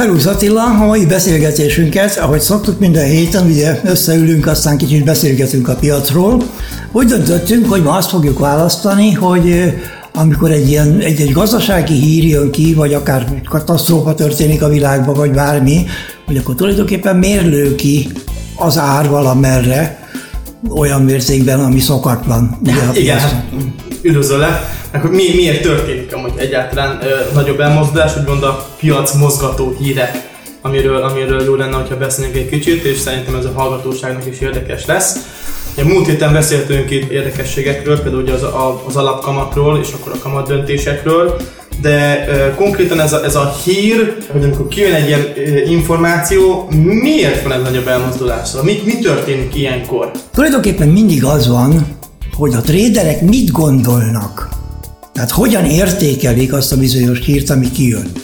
Szervusz Attila, a mai beszélgetésünket, ahogy szoktuk minden héten, ugye összeülünk, aztán kicsit beszélgetünk a piacról. Úgy döntöttünk, hogy ma azt fogjuk választani, hogy amikor egy gazdasági hír jön ki, vagy akár katasztrófa történik a világban, vagy bármi, hogy akkor tulajdonképpen mérlő ki az ár valamerre, olyan mértékben, ami szokatlan. Igen, üdvözöllek. Miért történik amúgy egyáltalán nagyobb elmozdulás, úgymond a piac mozgató hírek, amiről jó lenne, hogyha beszélnénk egy kicsit, és szerintem ez a hallgatóságnak is érdekes lesz. Múlt héten beszéltünk itt érdekességekről, például ugye az alapkamatról és akkor a kamat döntésekről, de konkrétan ez a hír, hogy amikor kijön egy ilyen információ, miért van ez nagyobb elmozdulás? Mi történik ilyenkor? Tulajdonképpen mindig az van, hogy a tréderek mit gondolnak. Tehát hogyan értékelik azt a bizonyos hírt, ami kijött.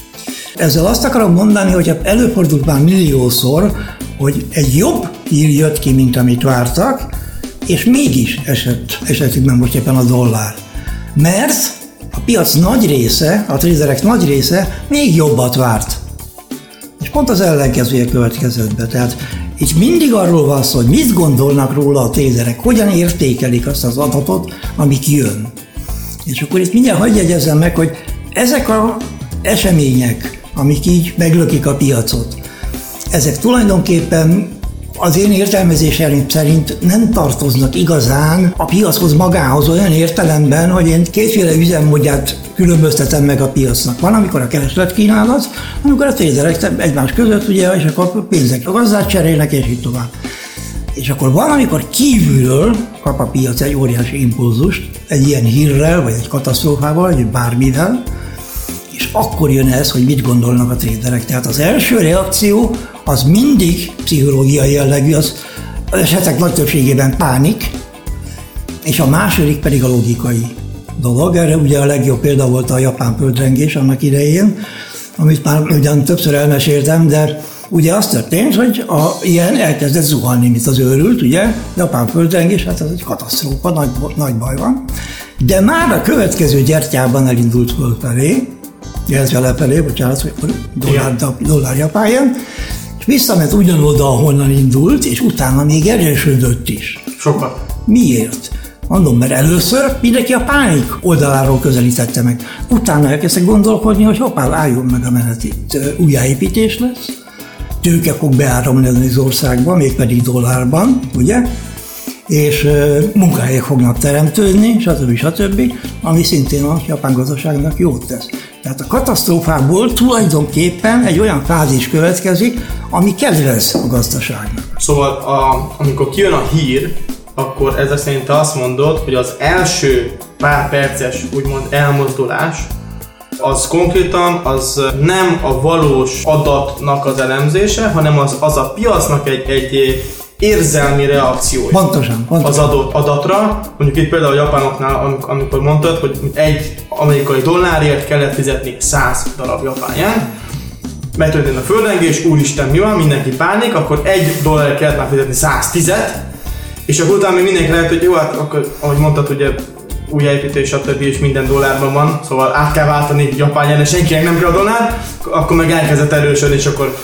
Ezzel azt akarom mondani, hogy előfordult már milliószor, hogy egy jobb hír jött ki, mint amit vártak, és mégis esetükben most éppen a dollár. Mert a piac nagy része, a tréderek nagy része még jobbat várt. És pont az ellenkezője következett be. Tehát itt mindig arról van szó, hogy mit gondolnak róla a tréderek, hogyan értékelik azt az adatot, ami kijön. És akkor itt mindjárt hadd jegyezzem meg, hogy ezek az események, amik így meglökik a piacot, ezek tulajdonképpen az én értelmezésem szerint nem tartoznak igazán a piachoz magához olyan értelemben, hogy én kétféle üzemmódját különböztetem meg a piacnak. Van, amikor a kereslet-kínálat, amikor a tréderek egymás között, ugye, és akkor pénzek a gazdát cserélnek, és így tovább. És akkor van, amikor kívülről kap a piac egy óriási impulzust, egy ilyen hírrel, vagy egy katasztrófával, vagy bármivel, és akkor jön ez, hogy mit gondolnak a tréderek. Tehát az első reakció az mindig pszichológiai jellegű, az esetek nagy többségében pánik, és a második pedig a logikai dolog. Erre ugye a legjobb példa volt a japán földrengés annak idején, amit már ugyan többször elmeséltem, de ugye az történt, hogy ilyen elkezdett zuhanni, mint az őrült, ugye, japán földrengés, hát ez egy katasztrófa, nagy baj van, de már a következő gyertyában elindult fölfelé, illetve lefelé, bocsánat, dollár japánján, és visszament ugyanoda, ahonnan indult, és utána még erősödött is. Sokat. Miért? Mondom, mert először mindenki a pánik oldaláról közelítette meg. Utána elkezdtek gondolkodni, hogy hoppá, álljon meg a menet, itt újjáépítés lesz, tőke fog beáramlani az országba, mégpedig dollárban, ugye? És munkahelyek fognak teremtődni, stb. Ami szintén a japán gazdaságnak jót tesz. Tehát a katasztrófából tulajdonképpen egy olyan fázis következik, ami kedvez a gazdaságnak. Szóval amikor kijön a hír, akkor ezek szerint azt mondod, hogy az első pár perces úgymond elmozdulás, az konkrétan az nem a valós adatnak az elemzése, hanem az a piacnak egy érzelmi reakciója. Pontosan. Az adott adatra. Mondjuk itt például a japánoknál, amikor mondtad, hogy egy amerikai dollárért kellett fizetni 100 darab japán yen, megtörtént a földrengés, úristen mi van, mindenki pánik, akkor $1 kellett már fizetni 110-et, és akkor utána még mindenki lehet, hogy jó, hát akkor, ahogy mondtad, ugye újjáépítés, stb. És minden dollárban van, szóval át kell váltani japán yen, és senkinek nem kell a dollár, akkor meg elkezdett erősödni, és akkor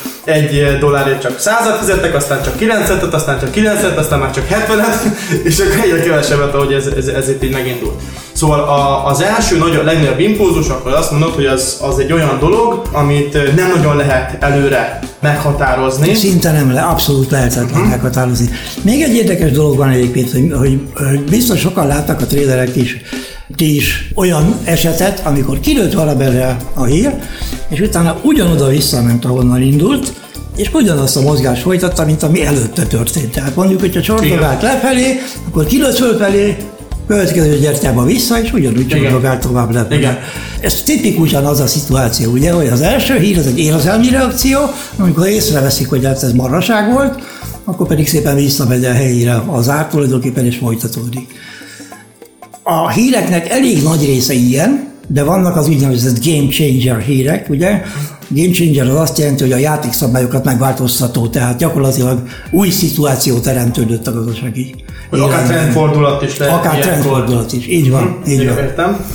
$1 csak 100-at fizettek, aztán csak 9-et, aztán csak 9-et, aztán már csak 70-et, és akkor egyre kevesebbet, ahogy ez itt így megindult. Szóval az első legnagyobb impulzus, akkor azt mondod, hogy az egy olyan dolog, amit nem nagyon lehet előre meghatározni. Szinte nem abszolút lehetetlen meghatározni. Még egy érdekes dolog van egyébként, hogy biztos sokan láttak a tréderek is, ti is olyan esetet, amikor kilőtt valamelyre a hír, és utána ugyanoda visszament, ahonnan indult, és ugyanazt a mozgást folytatta, mint ami előtte történt. Tehát mondjuk, hogyha csordogált lefelé, akkor kilőtt fölfelé, következő gyertyába vissza, és ugyanúgy csordogált tovább lefelé. Ez tipikusan az a szituáció, ugye, hogy az első hír az egy érzelmi reakció, amikor észreveszik, hogy ez marhaság volt, akkor pedig szépen visszamegy a helyére az ár tulajdonképpen, és folytatódik. A híreknek elég nagy része ilyen, de vannak az úgynevezett game changer hírek, ugye? Game changer az azt jelenti, hogy a játékszabályokat megváltoztató, tehát gyakorlatilag új szituáció teremtődött a gazdasági. Akár trendfordulat is lehet. Akár trendfordulat is, így van. Így van. Értem.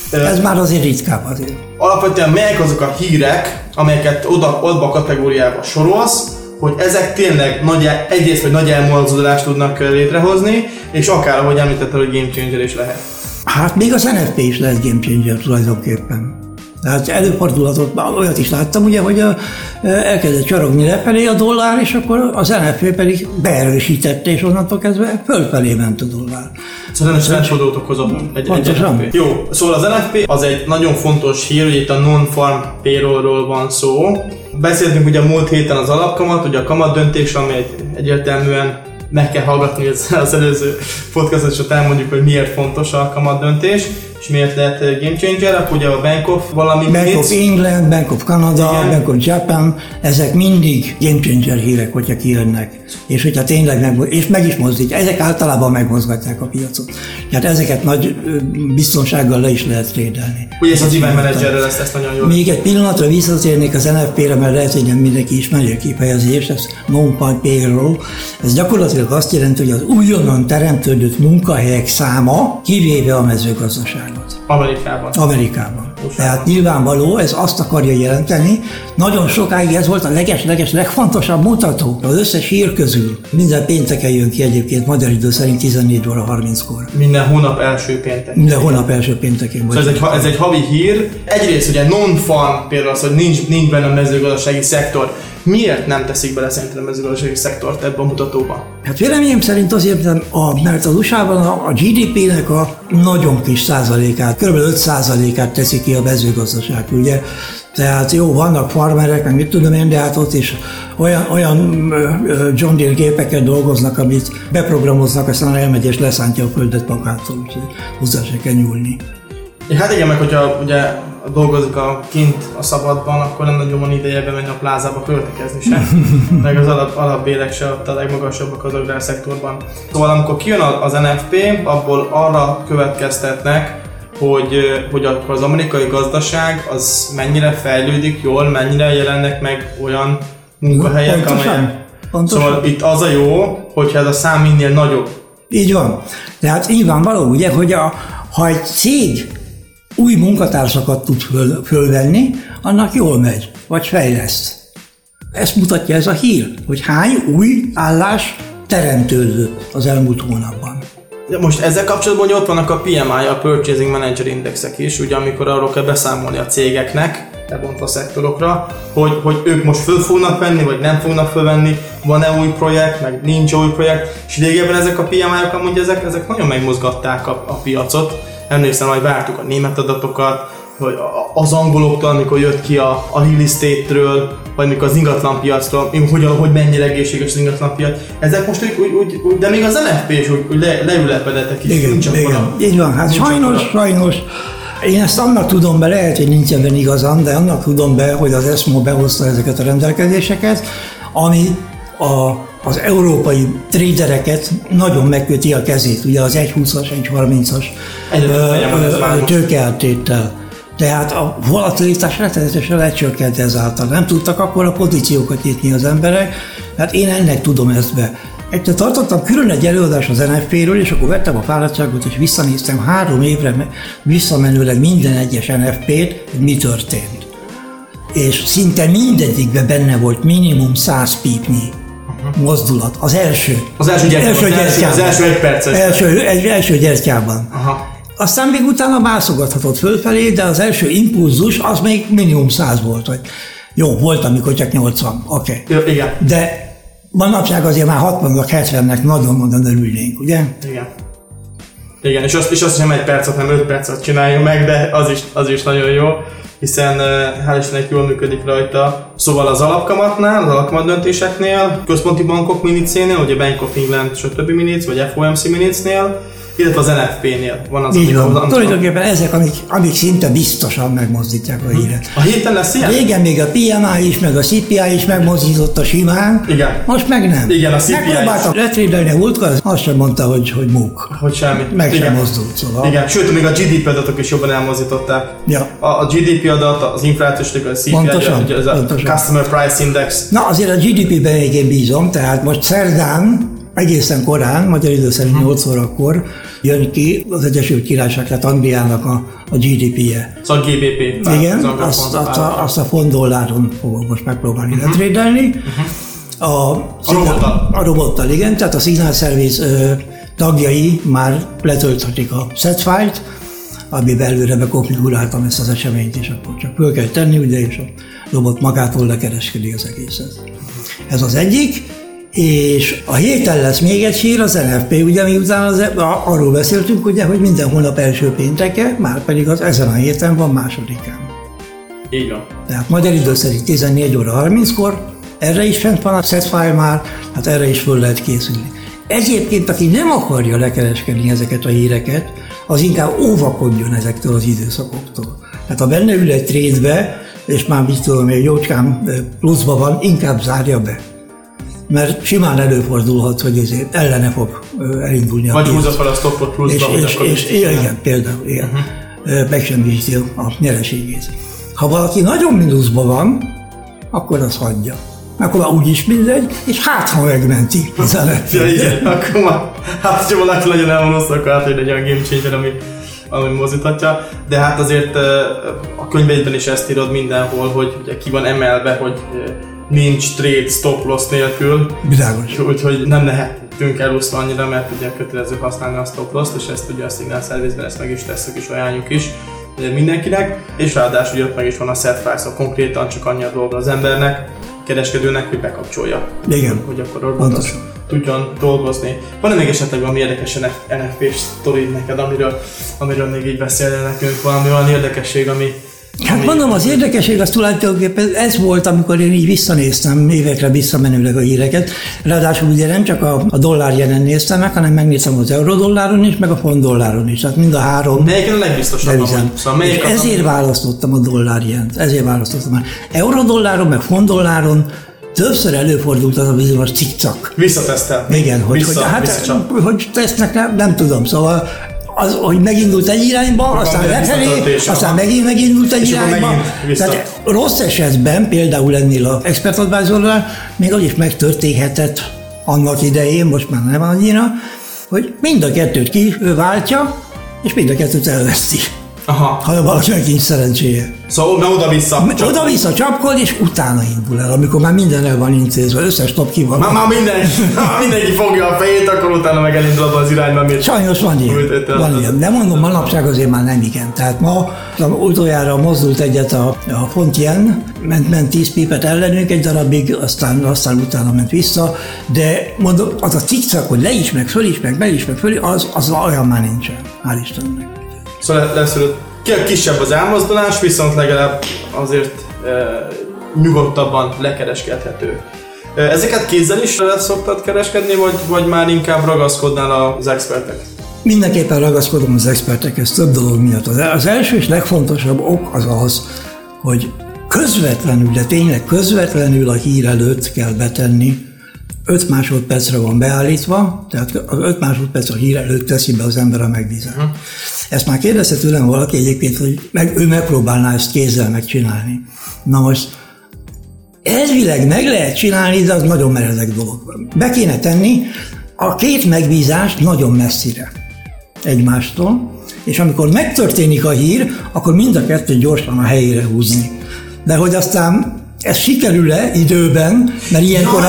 Ez már azért ritkább azért. Alapvetően melyek azok a hírek, amelyeket oda a kategóriába sorolsz, hogy ezek tényleg egyrészt vagy nagy elmozdulást tudnak létrehozni, és akár, ahogy említetted, hogy game changer is lehet. Hát még az NFP is lehet game changer tulajdonképpen. Tehát előfordulhatott, olyat is láttam, ugye, hogy elkezdett csorogni lefelé a dollár, és akkor az NFP pedig beerősítette, és onnantól kezdve fölfelé ment a dollár. Szóval nem is rendfordulót okozott egy NFP. Jó, szóval az NFP az egy nagyon fontos hír, hogy itt a non-farm payrollról van szó. Beszéltünk ugye a múlt héten az alapkamat, ugye a kamat döntés, ami egyértelműen meg kell hallgatni az előző podcastot, és ott elmondjuk, hogy miért fontos a kamat döntés, és miért lehet game changer, akkor ugye a Bank of valami Bank of England, Bank of Canada, igen. Bank of Japan, ezek mindig game changer hírek, hogyha kijönnek. És hogyha tényleg meg is mozdítja, ezek általában megmozgatják a piacot. Tehát ezeket nagy biztonsággal le is lehet trédelni. Ugye ez az event managerrel ezt nagyon jól. Még egy pillanatra visszatérnék az NFP-re, mert lehet, hogy nem mindenki ismeri a kifejezést, ez non-farm payroll. Ez gyakorlatilag azt jelenti, hogy az újonnan teremtődött munkahelyek száma, kivéve a mezőgazdaságot. Amerikában. Tehát nyilvánvaló, ez azt akarja jelenteni. Nagyon sokáig ez volt a legfontosabb mutató az összes hír közül. Minden pénteken jön ki egyébként, magyar idő szerint 14 óra 30-kor. Minden hónap első péntek. Minden hónap első péntekén. Szóval ez egy havi hír. Egyrészt ugye non-farm például az, hogy nincs benne a mezőgazdasági szektor. Miért nem teszik bele szerintem a mezőgazdasági szektort ebben a mutatóban? Hát véleményem szerint azért, mert az USA-ban a GDP-nek a nagyon kis százalékát, kb. 5%-át teszi ki a mezőgazdaság, ugye? Tehát jó, vannak farmerek, meg mit tudom én, de hát ott is olyan John Deere gépeket dolgoznak, amit beprogramoznak, aztán elmegy és leszántja a földet magától, úgyhogy hozzá se kell nyúlni. Hát igen, meg hogyha ugye dolgozik kint a szabadban, akkor nem nagyon van ideje bemenni a plázába költekezni se. Meg az alapbérek se ott a legmagasabbak az agrárszektorban. Szóval amikor kijön az NFP, abból arra következtetnek, hogy akkor az amerikai gazdaság az mennyire fejlődik jól, mennyire jelennek meg olyan munkahelyek, amelyek... Szóval itt az a jó, hogyha ez a szám minél nagyobb. Így van. Tehát nyilvánvaló, ugye, hogy ha egy cég új munkatársakat tud fölvenni, annak jól megy, vagy fejleszt. Ezt mutatja ez a hír, hogy hány új állás teremtődött az elmúlt hónapban. De most ezzel kapcsolatban, hogy ott vannak a PMI, a Purchasing Manager Indexek is, ugye amikor arról kell beszámolni a cégeknek, lebontva szektorokra, hogy ők most föl fognak venni, vagy nem fognak fölvenni, van-e új projekt, meg nincs új projekt, és régebben ezek a PMI-ok amúgy ezek nagyon megmozgatták a piacot. Emlékszem, hogy vártuk a német adatokat, hogy az angoloktól, amikor jött ki a real estate-ről, vagy amikor az ingatlanpiacról, hogy mennyire egészséges az ingatlanpiac. Ezek most úgy, de még az NFP is úgy leülepedettek is. Igen, így van. Hát sajnos. Én ezt annak tudom be, lehet, hogy nincs ebben igazam, de annak tudom be, hogy az ESMO behozta ezeket a rendelkezéseket, ami az európai tradereket nagyon megköti a kezét, ugye az 1.20-as, 1.30-as tőkeáttéttel. Tehát a volatilitás rettenetesen lecsökkent ezáltal. Nem tudtak akkor a pozíciókat nyitni az emberek, hát én ennek tudom ezt be. Egyszer tartottam külön egy előadás az NFP-ről, és akkor vettem a fáradtságot, és visszanéztem 3 évre visszamenőleg minden egyes NFP-t, hogy mi történt. És szinte mindegyikben benne volt minimum 100 pipnyi mozdulat. Az első gyertyában. Az első 1 perces. Első gyertyában. Aha. Aztán még utána mászogathatott fölfelé, de az első impulzus az még minimum 100 volt. Vagy jó, volt, amikor csak 80. Oké. Okay. Igen. De manapság azért már 60-70-nek nagyon-nagyon örülnénk, ugye? Igen, és azt is nem 1 percet, nem 5 percet csináljuk meg, de az is nagyon jó, hiszen hál' Istennek jól működik rajta. Szóval az alapkamatnál, az alapkamat döntéseknél, központi bankok minicénél, ugye Bank of England, stb. Minic, vagy FOMC minicnél, illetve az NFP-nél van az, így van. Tulajdonképpen ezek, amik szinte biztosan megmozdítják a híret. A héten lesz ilyen? Régen még a PMI is, meg a CPI is megmozdította simán. Igen. Most meg nem. Igen, a CPI megpróbáltak letrédelni a múltkor, azt sem mondta, hogy múk. Hogy semmi. Meg sem mozdult, szóval. Igen, sőt, még a GDP adatok is jobban elmozdították. Ja. A GDP adat, az inflációs, a CPI, pontosan. a Customer Price Index. Na azért a GDP-ben én bízom, tehát most szerdán egészen korán, magyar idő szerint 8 órakor jön ki az Egyesült Királyság, tehát Angliának a GDP-je. Szóval GBP. Igen, azt a font dolláron fogom most megpróbálni letrédelni. A robottal, igen, tehát a Signal Service tagjai már letölthetik a set file-t, ami belőle bekonfiguráltam ezt az eseményt, és akkor csak föl kell tenni, ugye, és a robot magától lekereskedi az egészet. Ez az egyik, és a héten lesz még egy hír, az NFP, ugye miután arról beszéltünk, ugye, hogy minden hónap első pénteke, már pedig az ezen a héten van másodikán. Így van. Tehát magyar idő szerint 14 óra 30-kor, erre is fent van a set file már, hát erre is föl lehet készülni. Egyébként, aki nem akarja lekereskedni ezeket a híreket, az inkább óvakodjon ezektől az időszakoktól. Tehát ha benne ül egy trade-be, és már mit tudom, hogy jócskán pluszban van, inkább zárja be. Mert simán előfordulhat, hogy ezért ellene fog elindulni a vagy húzza fel a stoppot pluszba. Igen, például, igen. Megsemmisíti a nyereségét. Ha valaki nagyon mínuszban van, akkor az hagyja. Akkor már úgyis mindegy, és hát ha megmenti az NFP. Ja, igen, akkor már, hát ha valaki legyen elmondott, akkor hát, hogy egy olyan game changer, ami mozítatja. De hát azért a könyveidben is ezt írod mindenhol, hogy ugye ki van emelve, hogy nincs trade stop loss nélkül. Világos. Úgyhogy nem lehetünk elúszva annyira, mert ugye kötelező használni a stop loss-t, és ezt ugye a Signal Service-ben ezt meg is tesszük, és ajánljuk is mindenkinek. És ráadásul ugye ott meg is van a set file, szóval konkrétan csak annyi a dolga az embernek, kereskedőnek, hogy bekapcsolja. Igen. Hogy akkor robot tudjon dolgozni. Van-e még esetleg valami érdekes NFP-s sztori neked, amiről még így beszélnél nekünk? Valami olyan érdekesség, ami... Hát mondom, az érdekesség az tulajdonképpen ez volt, amikor én így visszanéztem évekre visszamenőleg a híreket. Ráadásul ugye nem csak a dollár jelen néztem meg, hanem megnéztem az eurodolláron is, meg a font dolláron is. Tehát mind a három. Melyiken a legbiztosabb? Szóval ezért választottam a dollár jent. Ezért választottam. Eurodolláron, meg font dolláron többször előfordult az a bizonyos cikcak. Visszatesztel. Igen, hogy tesznek, nem tudom. Szóval az, hogy megindult egy irányba, aztán lefelé, aztán megindult egy irányba. Tehát rossz esetben, például ennél az Expert Advisornál, még az is megtörténhetett annak idején, most már nem annyira, hogy mind a kettőt kiváltja, és mind a kettőt elveszti. Aha. Ha valakinek nincs szerencséje. Szóval oda-vissza. Oda-vissza csapkod, és utána indul el, amikor már minden el van intézve, összes top ki van. Már mindenki fogja a fejét, akkor utána meg elindul abban az irányban, amit... Sajnos van ilyen. De mondom, manapság azért már nem igen. Tehát ma utoljára mozdult egyet a font yen, ment 10 pipet ellenünk egy darabig, aztán utána ment vissza, de mondom, az a cikcak, hogy le is meg, föl is meg, be is meg, föl, az olyan már nincsen. Hál' Istennek. Szóval lesz, kisebb az elmozdulás, viszont legalább azért nyugodtabban lekereskedhető. Ezeket kézzel is szoktad kereskedni, vagy már inkább ragaszkodnál az expertek? Mindenképpen ragaszkodom az expertekhez több dolog miatt. Az első és legfontosabb ok az, hogy közvetlenül, de tényleg közvetlenül a hír előtt kell betenni. 5 másodpercre van beállítva, tehát az 5 másodperc a hír előtt teszi be az ember a megbízást. Ezt már kérdezte tőlem valaki egyébként, hogy ő megpróbálná ezt kézzel megcsinálni. Na most elvileg meg lehet csinálni, de az nagyon meredek dolog van. Be kéne tenni a két megbízást nagyon messzire egymástól, és amikor megtörténik a hír, akkor mind a kettő gyorsan a helyére húzni. De hogy aztán ez sikerül-e időben, mert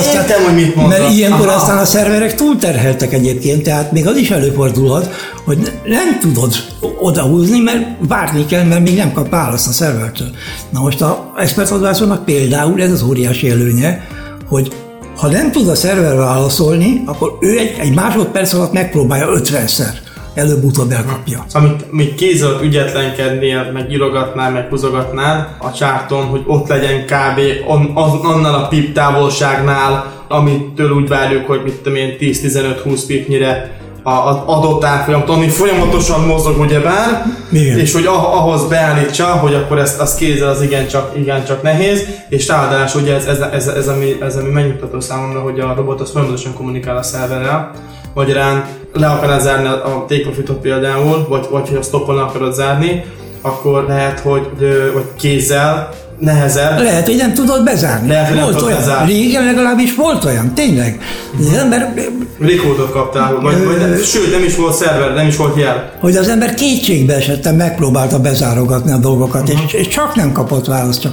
ilyenkor, aztán a szerverek túlterheltek egyébként, tehát még az is előfordulhat, hogy nem tudod odahúzni, mert várni kell, mert még nem kap választ a szervertől. Na most az Expert Advisornak például ez az óriási előnye, hogy ha nem tud a szerver válaszolni, akkor ő egy másodperc alatt megpróbálja 50-szer. Előbb-utóbb elkapja. Szóval amit kézzel ügyetlenkednél, meg írogatnál, meg húzogatnád a csárton, hogy ott legyen kb. Annál a pip távolságnál, amitől úgy várjuk, hogy mit tudom én 10-15-20 pipnyire az adott árfolyam, ami folyamatosan mozog ugyebár, és hogy ahhoz beállítsa, hogy akkor ezt kézzel az igencsak nehéz, és ráadásul ugye ez ami megnyugtató számomra, hogy a robot az folyamatosan kommunikál a szerverrel, magyarán le akarod zárni a take profitot például, vagy hogy a stoppon le akarod zárni, akkor lehet, hogy kézzel nehezebb. Lehet, hogy nem tudod bezárni. Lehet, hogy volt olyan. bezárni. Régen legalábbis volt olyan, tényleg. Az ember, Rekordot kaptál, sőt nem is volt szerver, nem is volt jel. hogy az ember kétségbe esettem, megpróbálta bezárogatni a dolgokat, és csak nem kapott választ.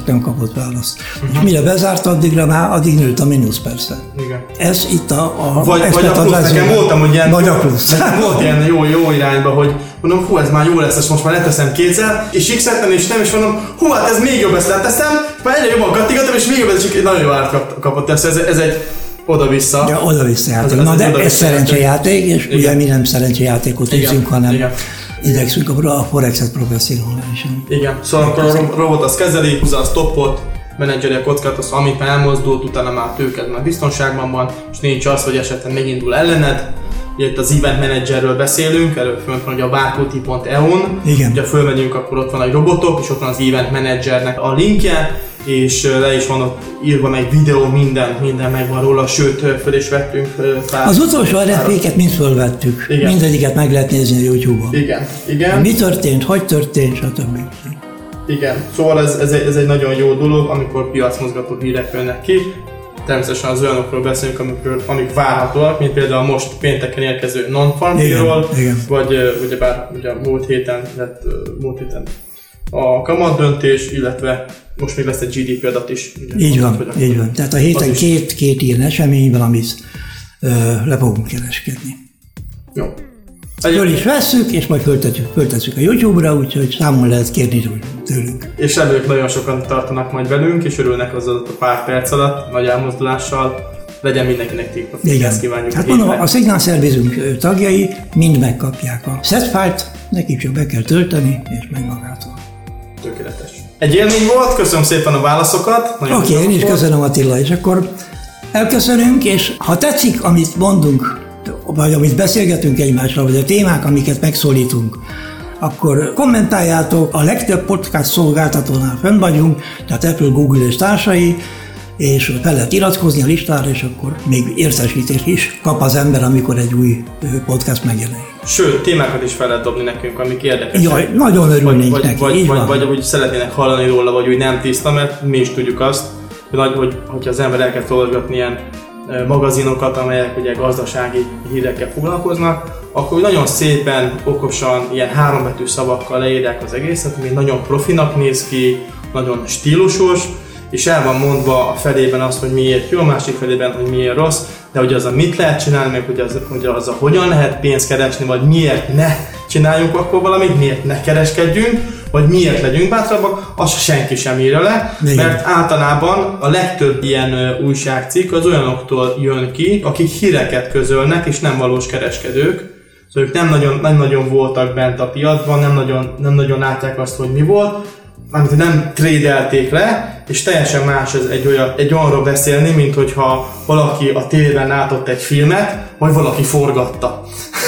És mire bezárt, addig nőtt a mínusz persze. Igen. Ez itt a vagy a plusz, nekem voltam, hogy ilyen, vagy a plusz. Volt ilyen jó irányba, hogy mondom, hú, ez már jó lesz, ezt most már leteszem kétszer, és x-eltem, és nem is mondom, hú, hát ez még jobb, ezt leteszem, már egyre jobban kattingatom, és még jobb, ez egy nagyon jó árt kapott, ez egy oda-vissza. Ja, oda-vissza játék. Na, de ez szerencsejáték, és ugye mi nem szerencsejátékot űzünk, hanem igyekszünk a Forexet professzionálisan. Igen, szóval akkor a robot azt kezeli, húzza a stoppot, menedzseri a kockát, az, amit már elmozdult, utána már tőked már biztonságban van, és nincs az, hogy esetleg megindul ellened. Itt az event managerről beszélünk, előbb fönt van, hogy a barcode.eu-n, ugye fölmegyünk, akkor ott van egy robotok, és ott van az event managernek a linkje, és le is van ott írva meg videó, minden megvan róla, sőt, föl is vettünk fel. Az utolsó RFP-ket mind fölvettük, mindegyiket meg lehet nézni a YouTube-on. Igen. Mi történt, hogy történt, stb. Igen, szóval ez egy nagyon jó dolog, amikor piacmozgató hírek jönnek ki. Természetesen az olyanokról beszélünk, amik várhatóak, mint például most pénteken érkező non-farm-ról, vagy ugyebár ugye múlt héten lett a kamat döntés, illetve most még lesz egy GDP adat is. Ugye, így van. Tehát a héten két ilyen esemény van, amit le fogunk kereskedni. Jó. Föl is vesszük, és majd föltesszük a YouTube-ra, úgyhogy számon lehet kérni tőlünk. És előtt nagyon sokan tartanak majd velünk, és örülnek az a pár perc alatt, nagy elmozdulással. Legyen mindenkinek tippot, ezt kívánjuk. Hát mondom, a Signal Service-ünk tagjai mind megkapják a setfile-t, nekik csak be kell tölteni, és meg magától. Tökéletes. Egy élmény volt, köszönöm szépen a válaszokat. Oké, én is köszönöm, Attila, és akkor elköszönünk, és ha tetszik, amit mondunk, vagy amit beszélgetünk egymással, vagy a témák, amiket megszólítunk, akkor kommentáljátok, a legtöbb podcast szolgáltatónál fönn vagyunk, tehát Apple, Google és társai, és fel lehet iratkozni a listára, és akkor még értesítést is kap az ember, amikor egy új podcast megjelenik. Sőt, témákat is fel lehet dobni nekünk, amik érdekesek. Jaj, nagyon örülnénk neki, vagy úgy szeretnének hallani róla, vagy úgy nem tiszta, mert mi is tudjuk azt, hogy az ember elkezd olvasgatni ilyen magazinokat, amelyek ugye gazdasági hírekkel foglalkoznak, akkor nagyon szépen, okosan, ilyen hárombetű szavakkal leírják az egészet, ami nagyon profinak néz ki, nagyon stílusos, és el van mondva a felében az, hogy miért jó, a másik felében, hogy miért rossz, de hogy azzal mit lehet csinálni, meg hogy azzal hogyan lehet pénzt keresni, vagy miért ne csináljunk akkor valamit, miért ne kereskedjünk, vagy miért legyünk bátrabbak, azt senki sem írja le, mert általában a legtöbb ilyen újságcikk az olyanoktól jön ki, akik híreket közölnek, és nem valós kereskedők. Szóval ők nem nagyon voltak bent a piacban, nem nagyon látják azt, hogy mi volt, amit nem trédelték le, és teljesen más ez egy olyanról beszélni, mint hogyha valaki a tévében látott egy filmet, vagy valaki forgatta.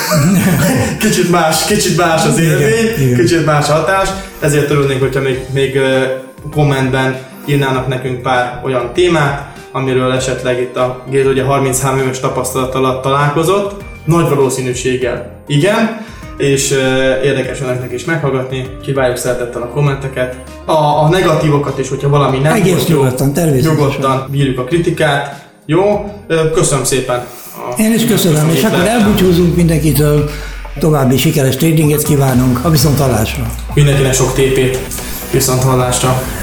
Kicsit más az élmény, kicsit más a hatás, ezért örülnénk, hogyha még kommentben írnának nekünk pár olyan témát, amiről esetleg itt a Géza ugye 33 éves tapasztalat alatt találkozott, nagy valószínűséggel igen, és érdekes önöknek is meghallgatni, kiváljuk szeretettel a kommenteket. A negatívokat is, hogyha valami nem egész nyugodtan bírjuk a kritikát. Jó, köszönöm szépen. Én is köszönöm, és akkor elbúcsúzunk mindenkitől, további sikeres tradinget kívánunk, a viszonthallásra. Mindenkinek sok TP-t, viszonthallásra.